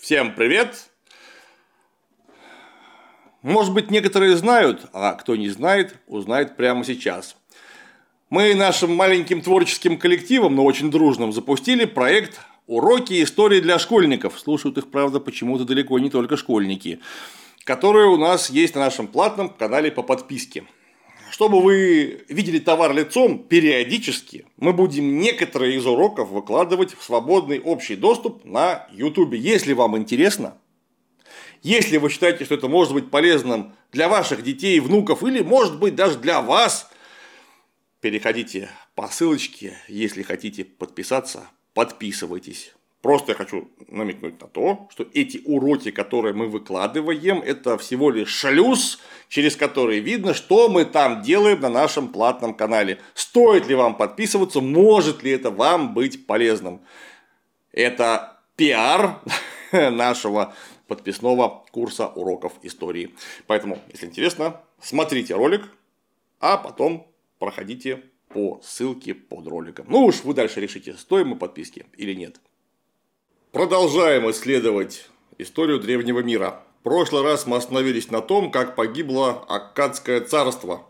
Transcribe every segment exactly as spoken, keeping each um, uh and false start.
Всем привет! Может быть, некоторые знают, а кто не знает, узнает прямо сейчас. Мы нашим маленьким творческим коллективом, но очень дружным, запустили проект «Уроки истории для школьников». Слушают их, правда, почему-то далеко не только школьники, которые у нас есть на нашем платном канале по подписке. Чтобы вы видели товар лицом, периодически мы будем некоторые из уроков выкладывать в свободный общий доступ на YouTube. Если вам интересно, если вы считаете, что это может быть полезным для ваших детей, внуков или, может быть, даже для вас, переходите по ссылочке, если хотите подписаться, подписывайтесь. Просто я хочу намекнуть на то, что эти уроки, которые мы выкладываем, это всего лишь шлюз, через который видно, что мы там делаем на нашем платном канале. Стоит ли вам подписываться, может ли это вам быть полезным. Это пиар нашего подписного курса уроков истории. Поэтому, если интересно, смотрите ролик, а потом проходите по ссылке под роликом. Ну уж вы дальше решите, стоим мы подписки или нет. Продолжаем исследовать историю древнего мира. В прошлый раз мы остановились на том, как погибло Аккадское царство.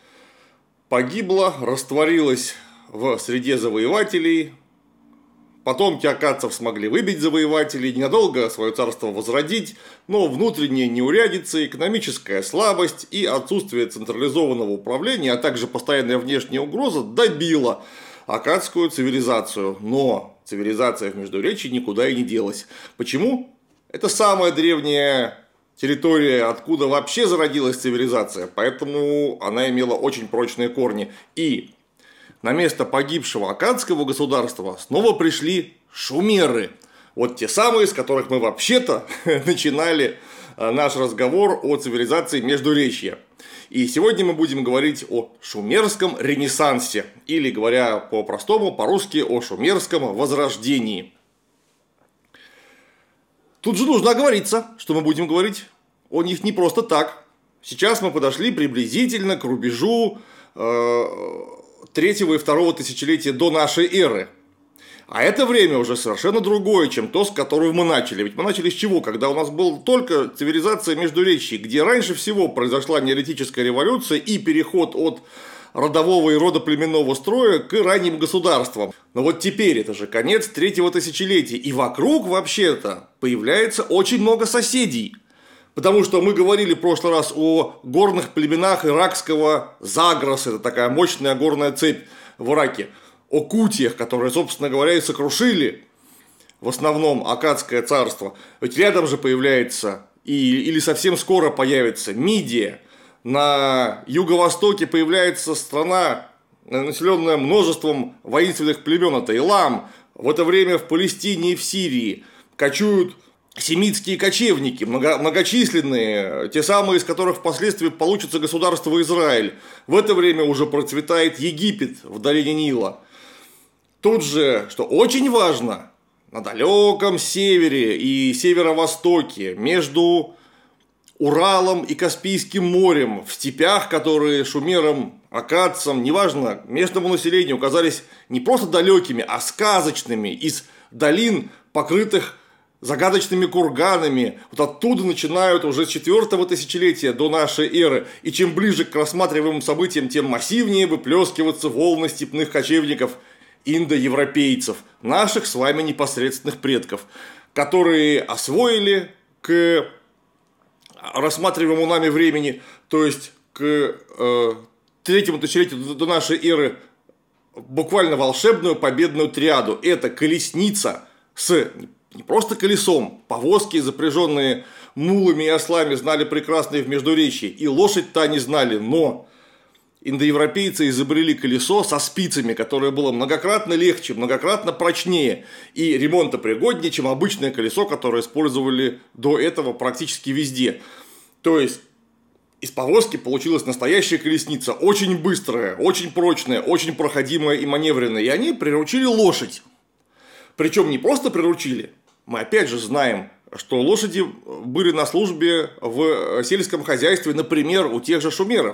Погибло, растворилось в среде завоевателей. Потомки аккадцев смогли выбить завоевателей, ненадолго свое царство возродить, но внутренние неурядицы, экономическая слабость и отсутствие централизованного управления, а также постоянная внешняя угроза добила аккадскую цивилизацию. Но цивилизация в Междуречии никуда и не делась. Почему? Это самая древняя территория, откуда вообще зародилась цивилизация, поэтому она имела очень прочные корни. И на место погибшего аккадского государства снова пришли шумеры. Вот те самые, с которых мы вообще-то начинали наш разговор о цивилизации Междуречья. И сегодня мы будем говорить о шумерском ренессансе, или, говоря по-простому, по-русски, о шумерском возрождении. Тут же нужно оговориться, что мы будем говорить о них не просто так. Сейчас мы подошли приблизительно к рубежу э, третьего и второго тысячелетия до нашей эры. А это время уже совершенно другое, чем то, с которого мы начали. Ведь мы начали с чего? Когда у нас была только цивилизация Междуречий, где раньше всего произошла неолитическая революция и переход от родового и родоплеменного строя к ранним государствам. Но вот теперь это же конец третьего тысячелетия, и вокруг вообще-то появляется очень много соседей. Потому что мы говорили в прошлый раз о горных племенах иракского Загроса, это такая мощная горная цепь в Ираке, о кутиях, которые, собственно говоря, и сокрушили в основном Аккадское царство. Ведь рядом же появляется, и, или совсем скоро появится, Мидия. На юго-востоке появляется страна, населенная множеством воинственных племен, это Илам. В это время в Палестине и в Сирии кочуют семитские кочевники, много, многочисленные, те самые, из которых впоследствии получится государство Израиль. В это время уже процветает Египет в долине Нила. Тут же, что очень важно, на далеком севере и северо-востоке, между Уралом и Каспийским морем, в степях, которые шумерам, аккадцам, неважно, местному населению казались не просто далекими, а сказочными, из долин, покрытых загадочными курганами. Вот оттуда начинают уже с четвертого тысячелетия до нашей эры. И чем ближе к рассматриваемым событиям, тем массивнее выплескиваются волны степных кочевников индоевропейцев, наших с вами непосредственных предков, которые освоили к рассматриваемому нами времени, то есть к э, третьему тысячелетию до нашей эры, буквально волшебную победную триаду. Это колесница с не просто колесом, повозки, запряженные мулами и ослами, знали прекрасно и в Междуречье, и лошадь-то они знали, но индоевропейцы изобрели колесо со спицами, которое было многократно легче, многократно прочнее и ремонтопригоднее, чем обычное колесо, которое использовали до этого практически везде. То есть из повозки получилась настоящая колесница, очень быстрая, очень прочная, очень проходимая и маневренная, и они приручили лошадь. Причем не просто приручили, мы опять же знаем, что лошади были на службе в сельском хозяйстве, например, у тех же шумеров.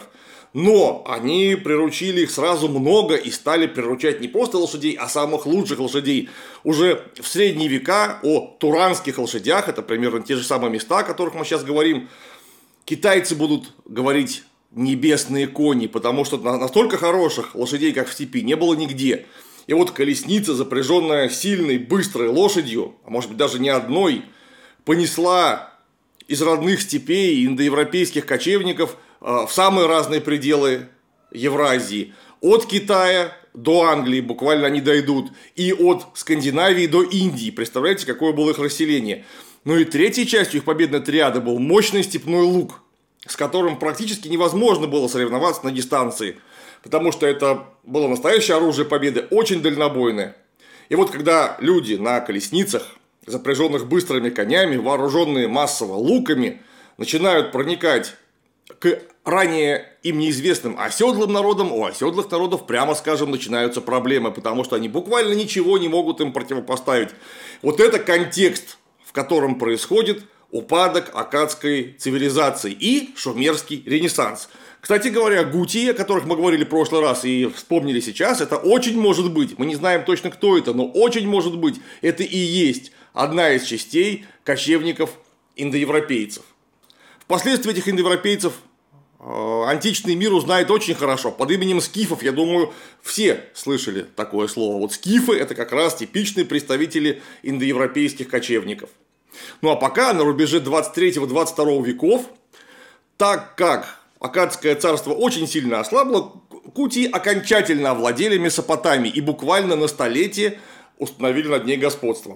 Но они приручили их сразу много и стали приручать не просто лошадей, а самых лучших лошадей. Уже в средние века о туранских лошадях, это примерно те же самые места, о которых мы сейчас говорим, китайцы будут говорить небесные кони, потому что настолько хороших лошадей, как в степи, не было нигде. И вот колесница, запряженная сильной, быстрой лошадью, а может быть даже не одной, понесла из родных степей индоевропейских кочевников в самые разные пределы Евразии. От Китая до Англии буквально они дойдут. И от Скандинавии до Индии. Представляете, какое было их расселение. Ну и третьей частью их победной триады был мощный степной лук, с которым практически невозможно было соревноваться на дистанции. Потому что это было настоящее оружие победы, очень дальнобойное. И вот когда люди на колесницах, запряженных быстрыми конями, вооруженные массово луками, начинают проникать к ранее им неизвестным оседлым народам, у оседлых народов, прямо скажем, начинаются проблемы, потому что они буквально ничего не могут им противопоставить. Вот это контекст, в котором происходит упадок аккадской цивилизации и шумерский ренессанс. Кстати говоря, гутии, о которых мы говорили в прошлый раз и вспомнили сейчас, это очень может быть, мы не знаем точно, кто это, но очень может быть, это и есть одна из частей кочевников индоевропейцев. Впоследствии этих индоевропейцев э, античный мир узнает очень хорошо. Под именем скифов, я думаю, все слышали такое слово. Вот скифы – это как раз типичные представители индоевропейских кочевников. Ну а пока на рубеже двадцать третьего — двадцать второго веков, так как Аккадское царство очень сильно ослабло, кутии окончательно овладели Месопотамией и буквально на столетие установили над ней господство.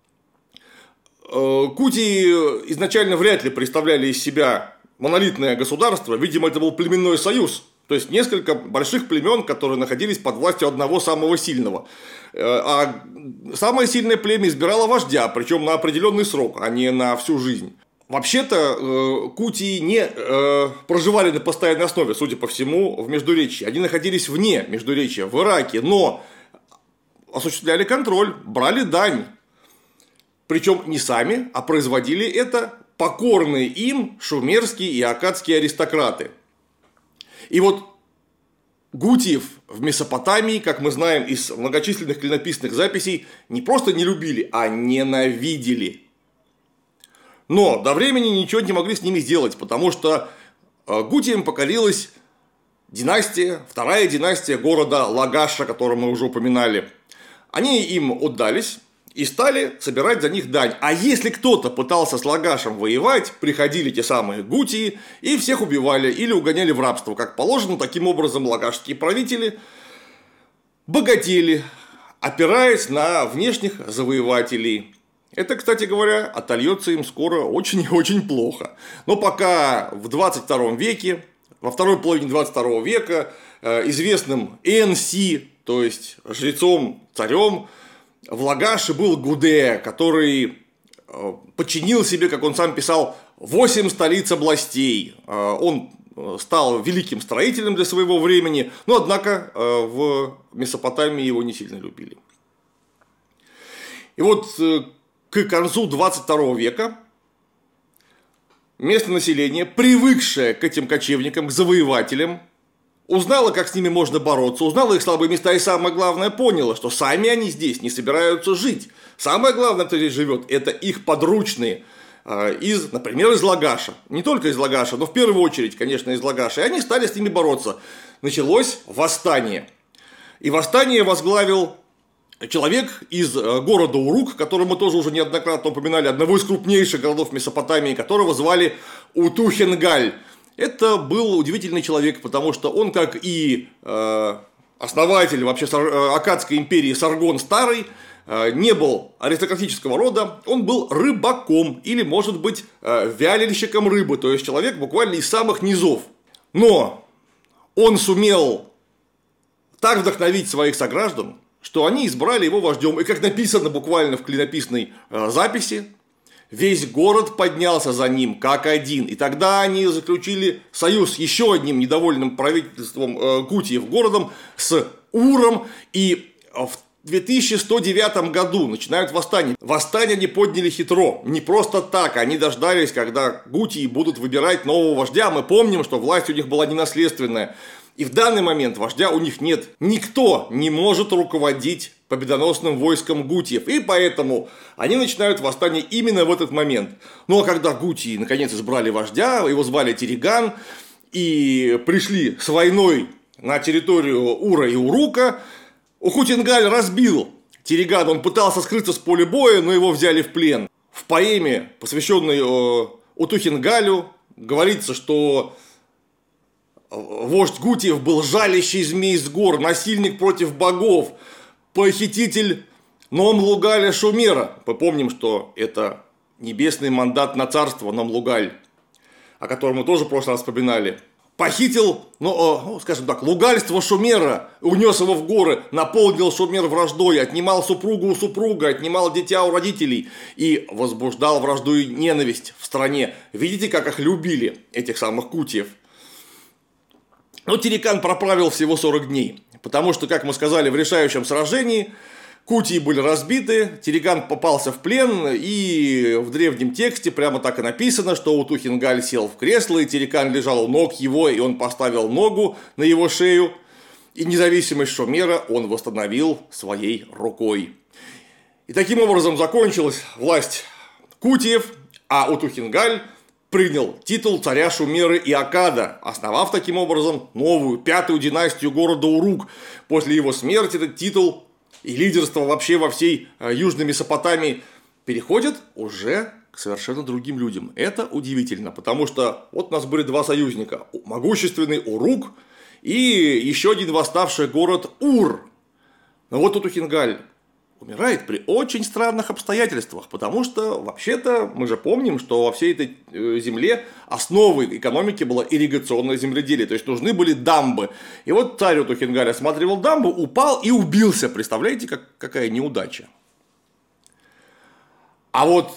Кутии изначально вряд ли представляли из себя монолитное государство, видимо, это был племенной союз, то есть несколько больших племен, которые находились под властью одного самого сильного. А самое сильное племя избирало вождя, причем на определенный срок, а не на всю жизнь. Вообще-то кутии не проживали на постоянной основе, судя по всему, в Междуречье. Они находились вне Междуречья, в Ираке, но осуществляли контроль, брали дань. Причем не сами, а производили это покорные им шумерские и аккадские аристократы. И вот гутиев в Месопотамии, как мы знаем из многочисленных клинописных записей, не просто не любили, а ненавидели. Но до времени ничего не могли с ними сделать, потому что гутиям покорилась династия, вторая династия города Лагаша, которую мы уже упоминали. Они им отдались и стали собирать за них дань. А если кто-то пытался с Лагашем воевать, приходили те самые гутии и всех убивали или угоняли в рабство. Как положено, таким образом лагашские правители богатели, опираясь на внешних завоевателей. Это, кстати говоря, отольется им скоро очень и очень плохо. Но пока в двадцать втором веке, во второй половине двадцать второго века, известным Энси, то есть жрецом-царем, в Лагаше был Гудея, который подчинил себе, как он сам писал, восемь столиц областей. Он стал великим строителем для своего времени, но, однако, в Месопотамии его не сильно любили. И вот к концу двадцать второго века местное население, привыкшее к этим кочевникам, к завоевателям, узнало, как с ними можно бороться, узнало их слабые места и, самое главное, поняло, что сами они здесь не собираются жить. Самое главное, кто здесь живет, это их подручные, из, например, из Лагаша. Не только из Лагаша, но в первую очередь, конечно, из Лагаша. И они стали с ними бороться. Началось восстание. И восстание возглавил человек из города Урук, который мы тоже уже неоднократно упоминали, одного из крупнейших городов Месопотамии, которого звали Утухенгаль. Это был удивительный человек, потому что он, как и э, основатель вообще Аккадской империи Саргон Старый, э, не был аристократического рода, он был рыбаком или, может быть, э, вялильщиком рыбы, то есть человек буквально из самых низов. Но он сумел так вдохновить своих сограждан, что они избрали его вождем. И как написано буквально в клинописной э, записи, весь город поднялся за ним, как один. И тогда они заключили союз с еще одним недовольным правительством э, гутиев городом, с Уром. И в две тысячи сто девятом году начинают восстание. Восстание они подняли хитро. Не просто так. Они дождались, когда гутии будут выбирать нового вождя. Мы помним, что власть у них была ненаследственная. И в данный момент вождя у них нет. Никто не может руководить победоносным войском гутиев. И поэтому они начинают восстание именно в этот момент. Ну а когда гутии наконец избрали вождя, его звали Тириган, и пришли с войной на территорию Ура и Урука, Ухутингаль разбил Тиригана. Он пытался скрыться с поля боя, но его взяли в плен. В поэме, посвященной Утухингалю, говорится, что вождь гутиев был жалящий змей с гор, насильник против богов, похититель Номлугаля Шумера. Мы помним, что это небесный мандат на царство Номлугаль, о котором мы тоже в прошлый раз вспоминали. Похитил, ну, скажем так, лугальство Шумера, унес его в горы, наполнил Шумер враждой, отнимал супругу у супруга, отнимал дитя у родителей и возбуждал вражду и ненависть в стране. Видите, как их любили, этих самых гутиев. Но Тириган проправил всего сорок дней, потому что, как мы сказали, в решающем сражении гутии были разбиты, Тириган попался в плен, и в древнем тексте прямо так и написано, что Утухингаль сел в кресло, и Тириган лежал у ног его, и он поставил ногу на его шею, и независимость Шумера он восстановил своей рукой. И таким образом закончилась власть гутиев, а Утухингаль принял титул царя Шумеры и Аккада, основав таким образом новую, пятую династию города Урук. После его смерти этот титул и лидерство вообще во всей Южной Месопотамии переходит уже к совершенно другим людям. Это удивительно, потому что вот у нас были два союзника. Могущественный Урук и еще один восставший город Ур. Но вот Утухингаль умирает при очень странных обстоятельствах, потому что, вообще-то, мы же помним, что во всей этой земле основой экономики было ирригационное земледелие, то есть нужны были дамбы. И вот царь Утухингаль осматривал дамбу, упал и убился. Представляете, как, какая неудача. А вот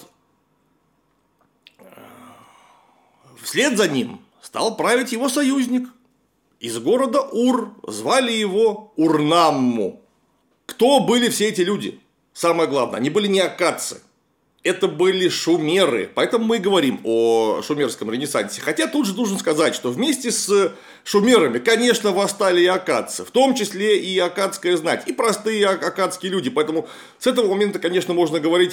вслед за ним стал править его союзник из города Ур, звали его Урнамму. Кто были все эти люди? Самое главное, они были не аккадцы, это были шумеры, поэтому мы и говорим о шумерском ренессансе. Хотя тут же должен сказать, что вместе с шумерами, конечно, восстали и аккадцы, в том числе и аккадская знать, и простые аккадские люди. Поэтому с этого момента, конечно, можно говорить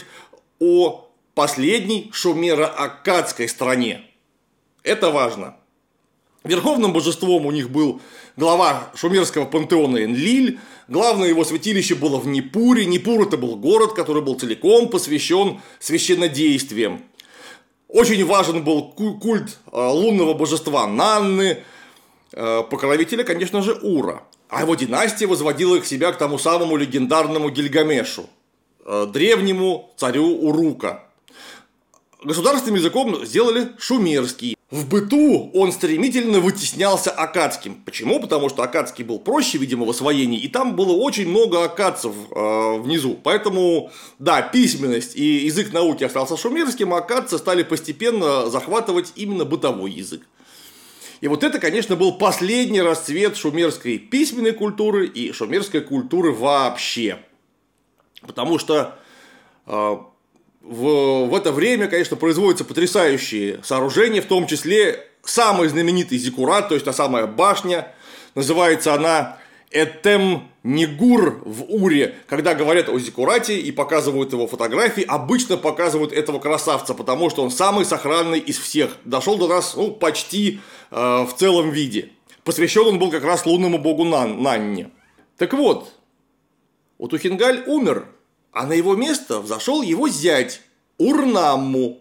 о последней шумеро-аккадской стране. Это важно. Верховным божеством у них был глава шумерского пантеона Энлиль. Главное его святилище было в Непуре. Непур – это был город, который был целиком посвящен священнодействиям. Очень важен был культ лунного божества Нанны, покровителя, конечно же, Ура. А его династия возводила их себя к тому самому легендарному Гильгамешу, древнему царю Урука. Государственным языком сделали шумерский. В быту он стремительно вытеснялся аккадским. Почему? Потому что аккадский был проще, видимо, в освоении, и там было очень много аккадцев э, внизу. Поэтому, да, письменность и язык науки остался шумерским, а аккадцы стали постепенно захватывать именно бытовой язык. И вот это, конечно, был последний расцвет шумерской письменной культуры и шумерской культуры вообще. Потому что э, В, в это время, конечно, производятся потрясающие сооружения, в том числе самый знаменитый зиккурат, то есть та самая башня, называется она Этем-Нигур в Уре. Когда говорят о зиккурате и показывают его фотографии, обычно показывают этого красавца, потому что он самый сохранный из всех. Дошел до нас, ну, почти э, в целом виде. Посвящен он был как раз лунному богу Нан, Нанне. Так вот, Утухингаль умер. А на его место взошел его зять Урнамму.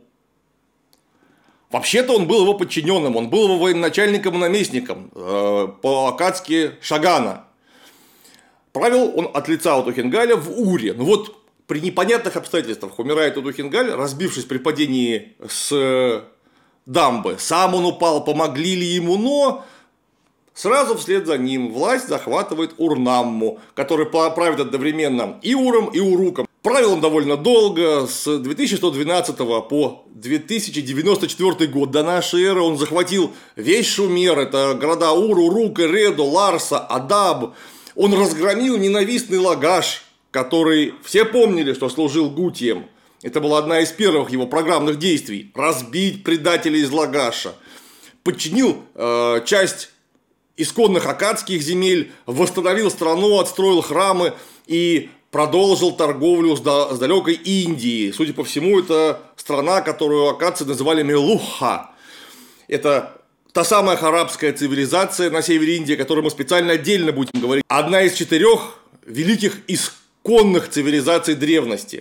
Вообще-то он был его подчиненным, он был его военачальником и наместником, э, по-аккадски Шагана. Правил он от лица Утухингаля в Уре. Ну вот при непонятных обстоятельствах умирает Утухингаль, разбившись при падении с дамбы. Сам он упал, помогли ли ему, но сразу вслед за ним власть захватывает Урнамму, который правит одновременно и Уром, и Уруком. Правил он довольно долго, с две тысячи сто двенадцатого по две тысячи девяносто четвёртый год до нашей эры. Он захватил весь Шумер, это города Ур, Урук, Эреду, Ларса, Адаб. Он разгромил ненавистный Лагаш, который все помнили, что служил Гутием. Это была одна из первых его программных действий – разбить предателей из Лагаша. Подчинил э, часть исконных аккадских земель, восстановил страну, отстроил храмы и продолжил торговлю с, да, с далекой Индией. Судя по всему, это страна, которую аккадцы называли Мелуха. Это та самая арабская цивилизация на севере Индии, о которой мы специально отдельно будем говорить. Одна из четырех великих исконных цивилизаций древности.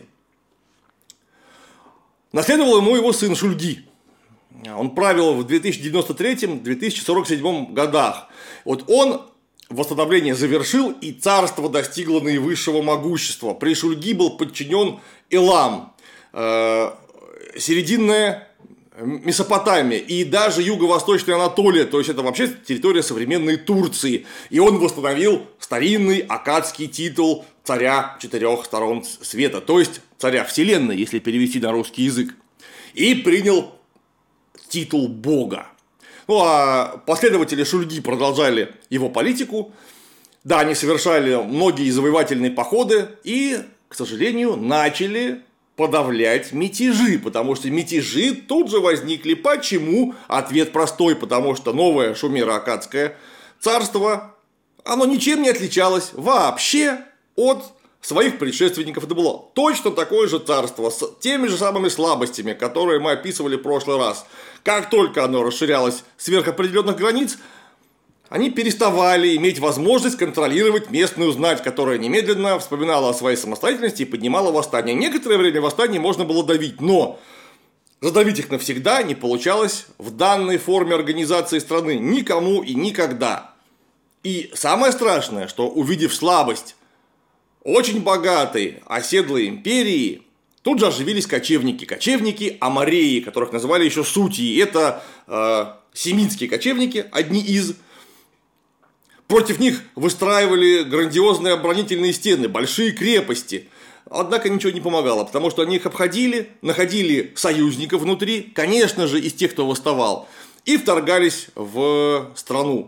Наследовал ему его сын Шульги. Он правил в две тысячи девяносто третьем — две тысячи сорок седьмом годах. Вот он восстановление завершил, и царство достигло наивысшего могущества. При Шульги был подчинен Элам, э, серединная Месопотамия и даже юго-восточная Анатолия, то есть это вообще территория современной Турции. И он восстановил старинный аккадский титул царя четырех сторон света, то есть царя вселенной, если перевести на русский язык. И принял титул бога. Ну а последователи Шульги продолжали его политику. Да, они совершали многие завоевательные походы и, к сожалению, начали подавлять мятежи, потому что мятежи тут же возникли. Почему? Ответ простой, потому что новое шумеро-аккадское царство, оно ничем не отличалось вообще от своих предшественников. Это было точно такое же царство, с теми же самыми слабостями, которые мы описывали в прошлый раз. Как только оно расширялось сверх определенных границ, они переставали иметь возможность контролировать местную знать, которая немедленно вспоминала о своей самостоятельности и поднимала восстание. Некоторое время восстание можно было давить, но задавить их навсегда не получалось в данной форме организации страны никому и никогда. И самое страшное, что увидев слабость очень богатой оседлой империи, тут же оживились кочевники. Кочевники амореи, которых называли еще сутьи. Это э, семитские кочевники, одни из. Против них выстраивали грандиозные оборонительные стены, большие крепости. Однако ничего не помогало, потому что они их обходили, находили союзников внутри, конечно же, из тех, кто восставал, и вторгались в страну.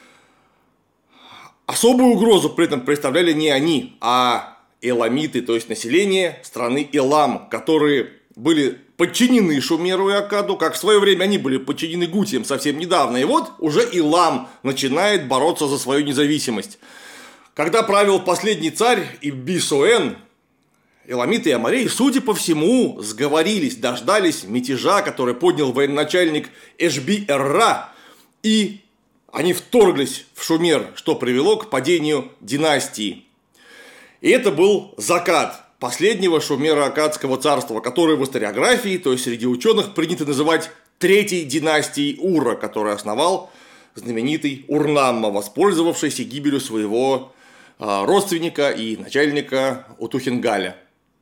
Особую угрозу при этом представляли не они, а эламиты, то есть население страны Элам, которые были подчинены Шумеру и Аккаду, как в свое время они были подчинены Гутиям совсем недавно. И вот уже Элам начинает бороться за свою независимость. Когда правил последний царь Ибби-Соэн, эламиты и амореи, судя по всему, сговорились, дождались мятежа, который поднял военачальник Эшби-Эрра, и они вторглись в Шумер, что привело к падению династии. И это был закат последнего шумеро-аккадского царства, которое в историографии, то есть среди ученых, принято называть третьей династией Ура, который основал знаменитый Урнамма, воспользовавшийся гибелью своего родственника и начальника Утухенгаля.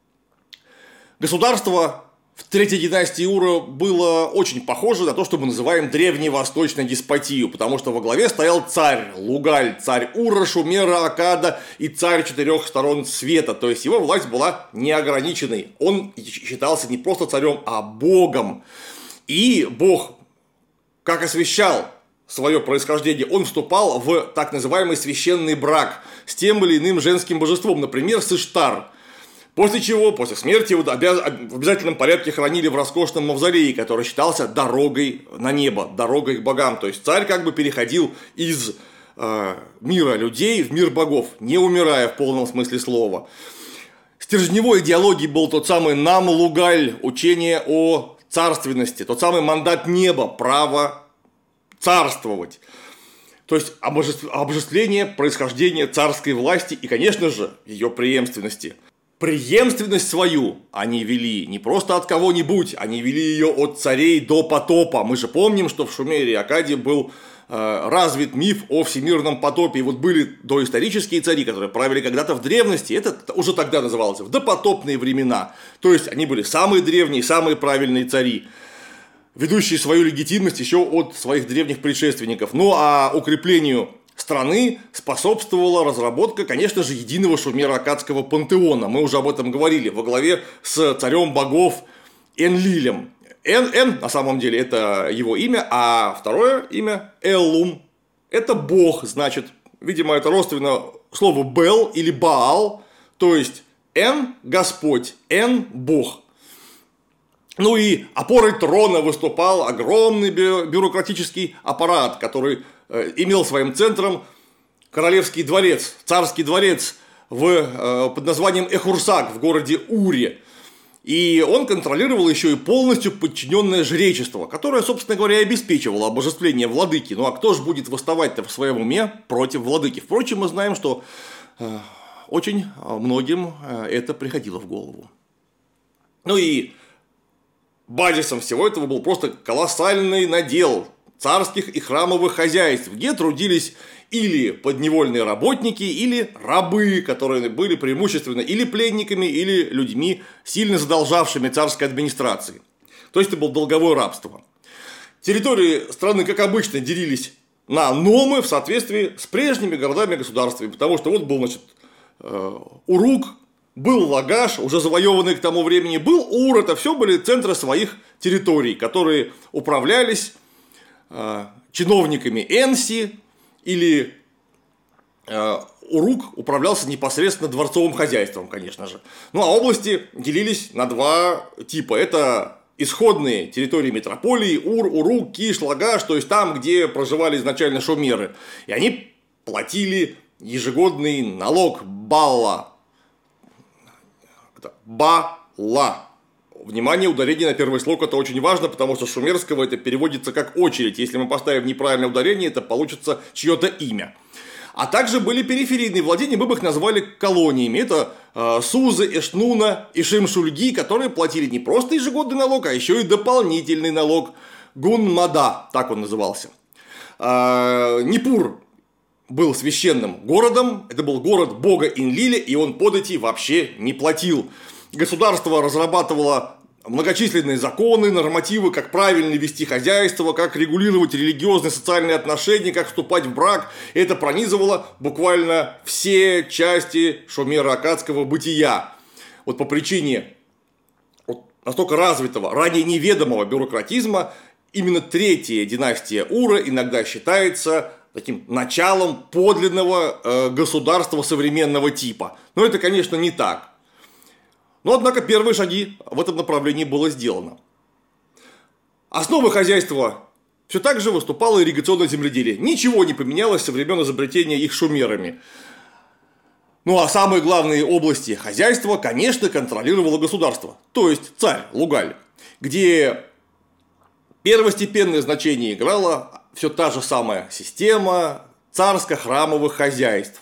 Государство в третьей династии Ура было очень похоже на то, что мы называем древневосточной деспотию, потому что во главе стоял царь Лугаль, царь Ура, Шумера, Аккада и царь четырех сторон света, то есть его власть была неограниченной, он считался не просто царем, а богом, и бог, как освящал свое происхождение, он вступал в так называемый священный брак с тем или иным женским божеством, например, с Иштар. После чего, после смерти, его в обязательном порядке хранили в роскошном мавзолее, который считался дорогой на небо, дорогой к богам. То есть царь как бы переходил из э, мира людей в мир богов, не умирая в полном смысле слова. Стержневой идеологией был тот самый Нам-Лугаль, учение о царственности, тот самый мандат неба, право царствовать. То есть обожествление происхождения царской власти и, конечно же, ее преемственности. Преемственность свою они вели не просто от кого-нибудь, они вели ее от царей до потопа. Мы же помним, что в Шумере и Аккаде был э, развит миф о всемирном потопе. И вот были доисторические цари, которые правили когда-то в древности, это уже тогда называлось в допотопные времена. То есть они были самые древние, самые правильные цари, ведущие свою легитимность еще от своих древних предшественников. Ну а укреплению страны способствовала разработка, конечно же, единого шумеро-аккадского пантеона. Мы уже об этом говорили, во главе с царем богов Энлилем. Эн, Эн на самом деле это его имя, а второе имя Эллум это бог, значит, видимо, это родственно слову Бел или Баал, то есть Эн – Господь, Эн – Бог. Ну и опорой трона выступал огромный бюрократический аппарат, который имел своим центром королевский дворец, царский дворец в, под названием Эхурсак в городе Уре. И он контролировал еще и полностью подчиненное жречество, которое, собственно говоря, обеспечивало обожествление владыки. Ну а кто же будет восставать-то в своем уме против владыки? Впрочем, мы знаем, что э, очень многим это приходило в голову. Ну и базисом всего этого был просто колоссальный надел царских и храмовых хозяйств, где трудились или подневольные работники, или рабы, которые были преимущественно или пленниками, или людьми, сильно задолжавшими царской администрации. То есть это было долговое рабство. Территории страны, как обычно, делились на номы в соответствии с прежними городами и государствами, потому что вот был, значит, Урук, был Лагаш, уже завоеванный к тому времени, был Ур, это все были центры своих территорий, которые управлялись э, чиновниками Энси, или э, Урук управлялся непосредственно дворцовым хозяйством, конечно же. Ну а области делились на два типа. Это исходные территории метрополии, Ур, Урук, Киш, Лагаш, то есть там, где проживали изначально шумеры. И они платили ежегодный налог Балла. Бала. Внимание, ударение на первый слог это очень важно, потому что с шумерского это переводится как очередь. Если мы поставим неправильное ударение, это получится чье-то имя. А также были периферийные владения, мы бы их назвали колониями. Это э, Сузы, Эшнуна и Шимшульги, которые платили не просто ежегодный налог, а еще и дополнительный налог. Гунмада, так он назывался. Э, Непур был священным городом, это был город бога Инлиля, и он подати вообще не платил. Государство разрабатывало многочисленные законы, нормативы, как правильно вести хозяйство, как регулировать религиозные социальные отношения, как вступать в брак. И это пронизывало буквально все части шумеро-аккадского бытия. Вот по причине вот настолько развитого, ранее неведомого бюрократизма, именно третья династия Ура иногда считается таким началом подлинного э, государства современного типа. Но это, конечно, не так. Но, однако, первые шаги в этом направлении было сделано. Основой хозяйства все так же выступало ирригационное земледелие. Ничего не поменялось со времен изобретения их шумерами. Ну а самые главные области хозяйства, конечно, контролировало государство. То есть царь Лугаль, где первостепенное значение играла все та же самая система царско-храмовых хозяйств.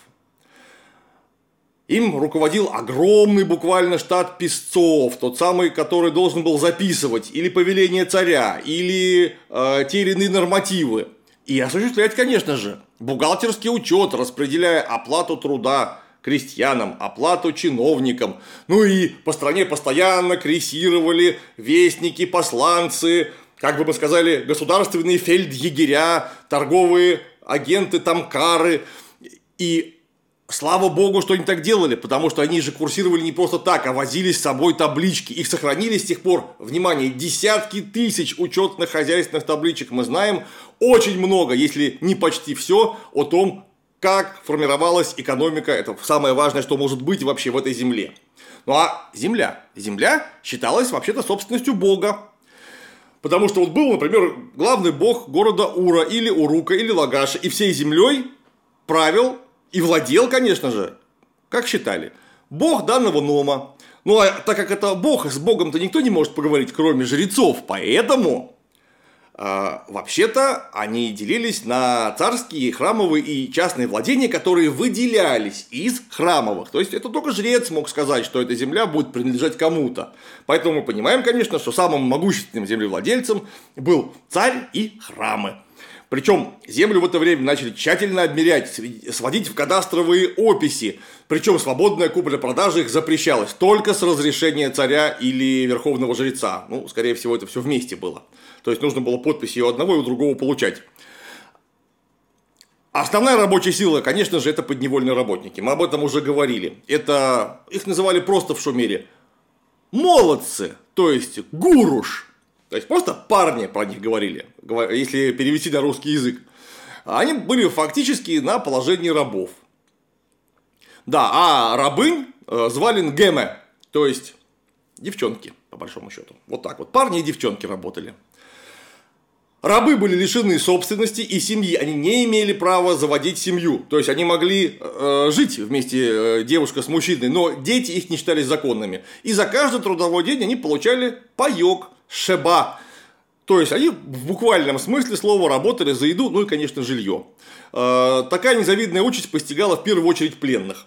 Им руководил огромный буквально штат писцов, тот самый, который должен был записывать или повеление царя, или э, те или иные нормативы. И осуществлять, конечно же, бухгалтерский учет, распределяя оплату труда крестьянам, оплату чиновникам. Ну и по стране постоянно крейсировали вестники, посланцы, как бы мы сказали, государственные фельдъегеря, торговые агенты, тамкары. И слава богу, что они так делали, потому что они же курсировали не просто так, а возили с собой таблички. Их сохранили с тех пор, внимание, десятки тысяч учетных хозяйственных табличек. Мы знаем очень много, если не почти все, о том, как формировалась экономика. Это самое важное, что может быть вообще в этой земле. Ну а земля? Земля считалась вообще-то собственностью Бога. Потому что вот был, например, главный бог города Ура, или Урука, или Лагаша, и всей землей правил и владел, конечно же, как считали, бог данного нома. Ну а так как это бог, с богом-то никто не может поговорить, кроме жрецов, поэтому э, вообще-то они делились на царские, храмовые и частные владения, которые выделялись из храмовых. То есть это только жрец мог сказать, что эта земля будет принадлежать кому-то. Поэтому мы понимаем, конечно, что самым могущественным землевладельцем был царь и храмы. Причем землю в это время начали тщательно обмерять, сводить в кадастровые описи. Причем свободная купля-продажа их запрещалась только с разрешения царя или верховного жреца. Ну, скорее всего, это все вместе было. То есть нужно было подпись и у одного, и у другого получать. Основная рабочая сила, конечно же, это подневольные работники. Мы об этом уже говорили. Это их называли просто в Шумере молодцы, то есть гуруш. То есть просто парни про них говорили, если перевести на русский язык. Они были фактически на положении рабов. Да, а рабынь звали нгеме, то есть девчонки, по большому счету. Вот так вот, парни и девчонки работали. Рабы были лишены собственности и семьи, они не имели права заводить семью, то есть они могли э, жить вместе, э, девушка с мужчиной, но дети их не считались законными. И за каждый трудовой день они получали паёк, шеба, то есть они в буквальном смысле слова работали за еду, ну и, конечно, жилье. Э, такая незавидная участь постигала в первую очередь пленных.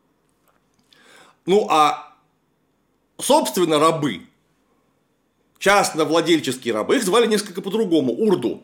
Ну а, собственно, рабы, частновладельческие рабы, их звали несколько по-другому, урду.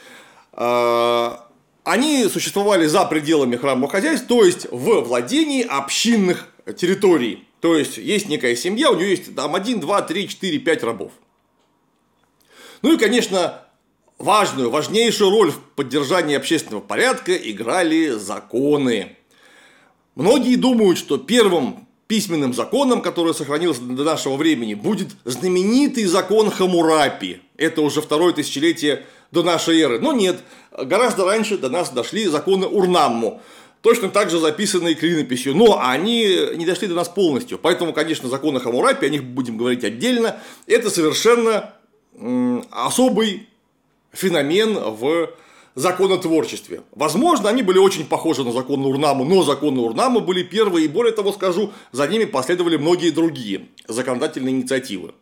Они существовали за пределами храмового хозяйства, то есть в владении общинных территорий. То есть есть некая семья, у нее есть там один, два, три, четыре, пять рабов. Ну и, конечно, важную, важнейшую роль в поддержании общественного порядка играли законы. Многие думают, что первым письменным законом, который сохранился до нашего времени, будет знаменитый закон Хаммурапи. Это уже второе тысячелетие до нашей эры. Но нет, гораздо раньше до нас дошли законы Урнамму, точно так же записанные клинописью, но они не дошли до нас полностью. Поэтому, конечно, законы Хаммурапи, о них будем говорить отдельно, это совершенно особый феномен в законотворчестве. Возможно, они были очень похожи на законы Урнамму, но законы Урнамму были первые, и более того скажу, за ними последовали многие другие законодательные инициативы.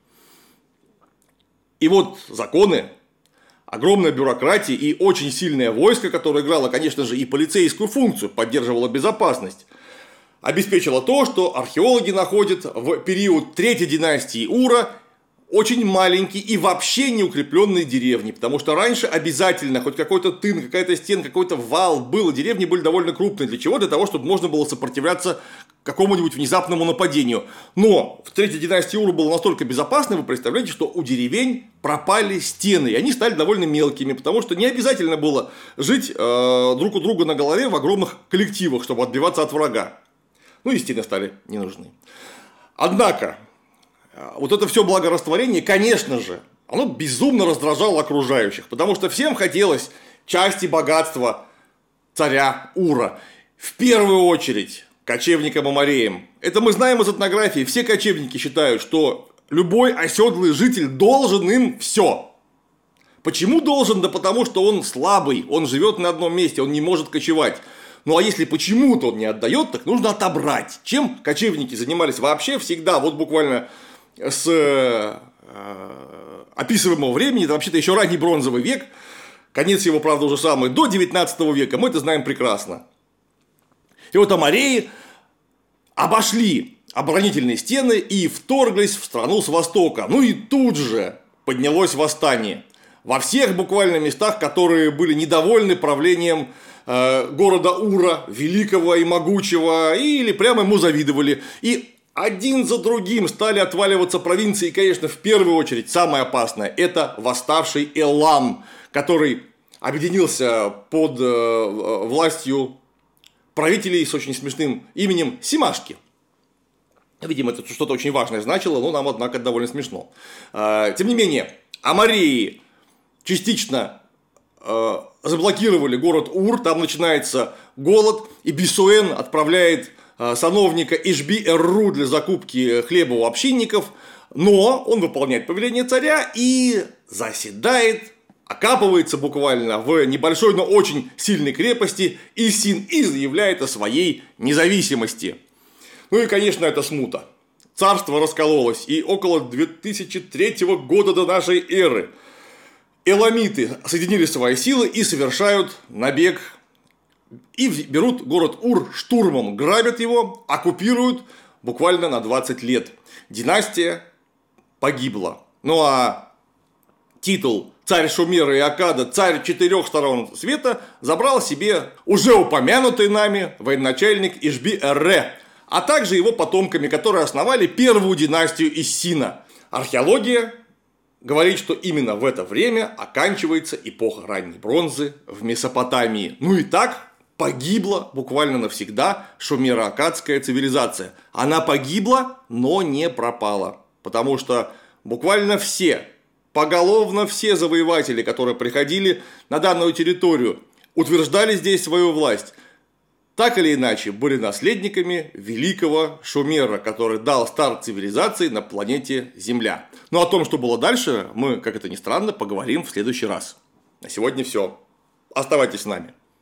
И вот законы, огромная бюрократия и очень сильное войско, которое играло, конечно же, и полицейскую функцию, поддерживало безопасность, обеспечило то, что археологи находят в период третьей династии Ура очень маленькие и вообще не укрепленные деревни, потому что раньше обязательно хоть какой-то тын, какая-то стена, какой-то вал было, деревни были довольно крупные. Для чего? Для того, чтобы можно было сопротивляться какому-нибудь внезапному нападению. Но в третьей династии Ура было настолько безопасно, вы представляете, что у деревень пропали стены, и они стали довольно мелкими, потому что не обязательно было жить э, друг у друга на голове в огромных коллективах, чтобы отбиваться от врага. Ну и стены стали не нужны. Однако вот это все благорастворение, конечно же, оно безумно раздражало окружающих, потому что всем хотелось части богатства царя Ура. В первую очередь кочевникам-амореям. Это мы знаем из этнографии. Все кочевники считают, что любой оседлый житель должен им все. Почему должен? Да потому что он слабый, он живет на одном месте, он не может кочевать. Ну а если почему-то он не отдает, так нужно отобрать. Чем кочевники занимались вообще всегда, вот буквально с э, описываемого времени, это вообще-то еще ранний бронзовый век, конец его, правда, уже самый, до девятнадцатого века, мы это знаем прекрасно. И вот амореи обошли оборонительные стены и вторглись в страну с востока. Ну и тут же поднялось восстание. Во всех буквально местах, которые были недовольны правлением э, города Ура, великого и могучего, или прямо ему завидовали. И один за другим стали отваливаться провинции, и, конечно, в первую очередь, самое опасное – это восставший Элам, который объединился под э, властью правителей с очень смешным именем Симашки. Видимо, это что-то очень важное значило, но нам, однако, это довольно смешно. Э, тем не менее, амореи частично э, заблокировали город Ур, там начинается голод, и Бисуэн отправляет сановника Ишби-Эрру для закупки хлеба у общинников, но он выполняет повеление царя и заседает, окапывается буквально в небольшой, но очень сильной крепости Исин и заявляет о своей независимости. Ну и, конечно, это смута. Царство раскололось, и около две тысячи третьего года до нашей эры эламиты соединили свои силы и совершают набег, и берут город Ур штурмом, грабят его, оккупируют буквально на двадцать лет. Династия погибла. Ну а титул царь Шумера и Аккада, царь четырех сторон света, забрал себе уже упомянутый нами военачальник Ишби-Эрре, а также его потомками, которые основали первую династию Иссина. Археология говорит, что именно в это время оканчивается эпоха ранней бронзы в Месопотамии. Ну и так погибла буквально навсегда шумеро-аккадская цивилизация. Она погибла, но не пропала. Потому что буквально все, поголовно все завоеватели, которые приходили на данную территорию, утверждали здесь свою власть. так или иначе были наследниками великого Шумера, который дал старт цивилизации на планете Земля. Но о том, что было дальше, мы, как это ни странно, поговорим в следующий раз. На сегодня все. Оставайтесь с нами.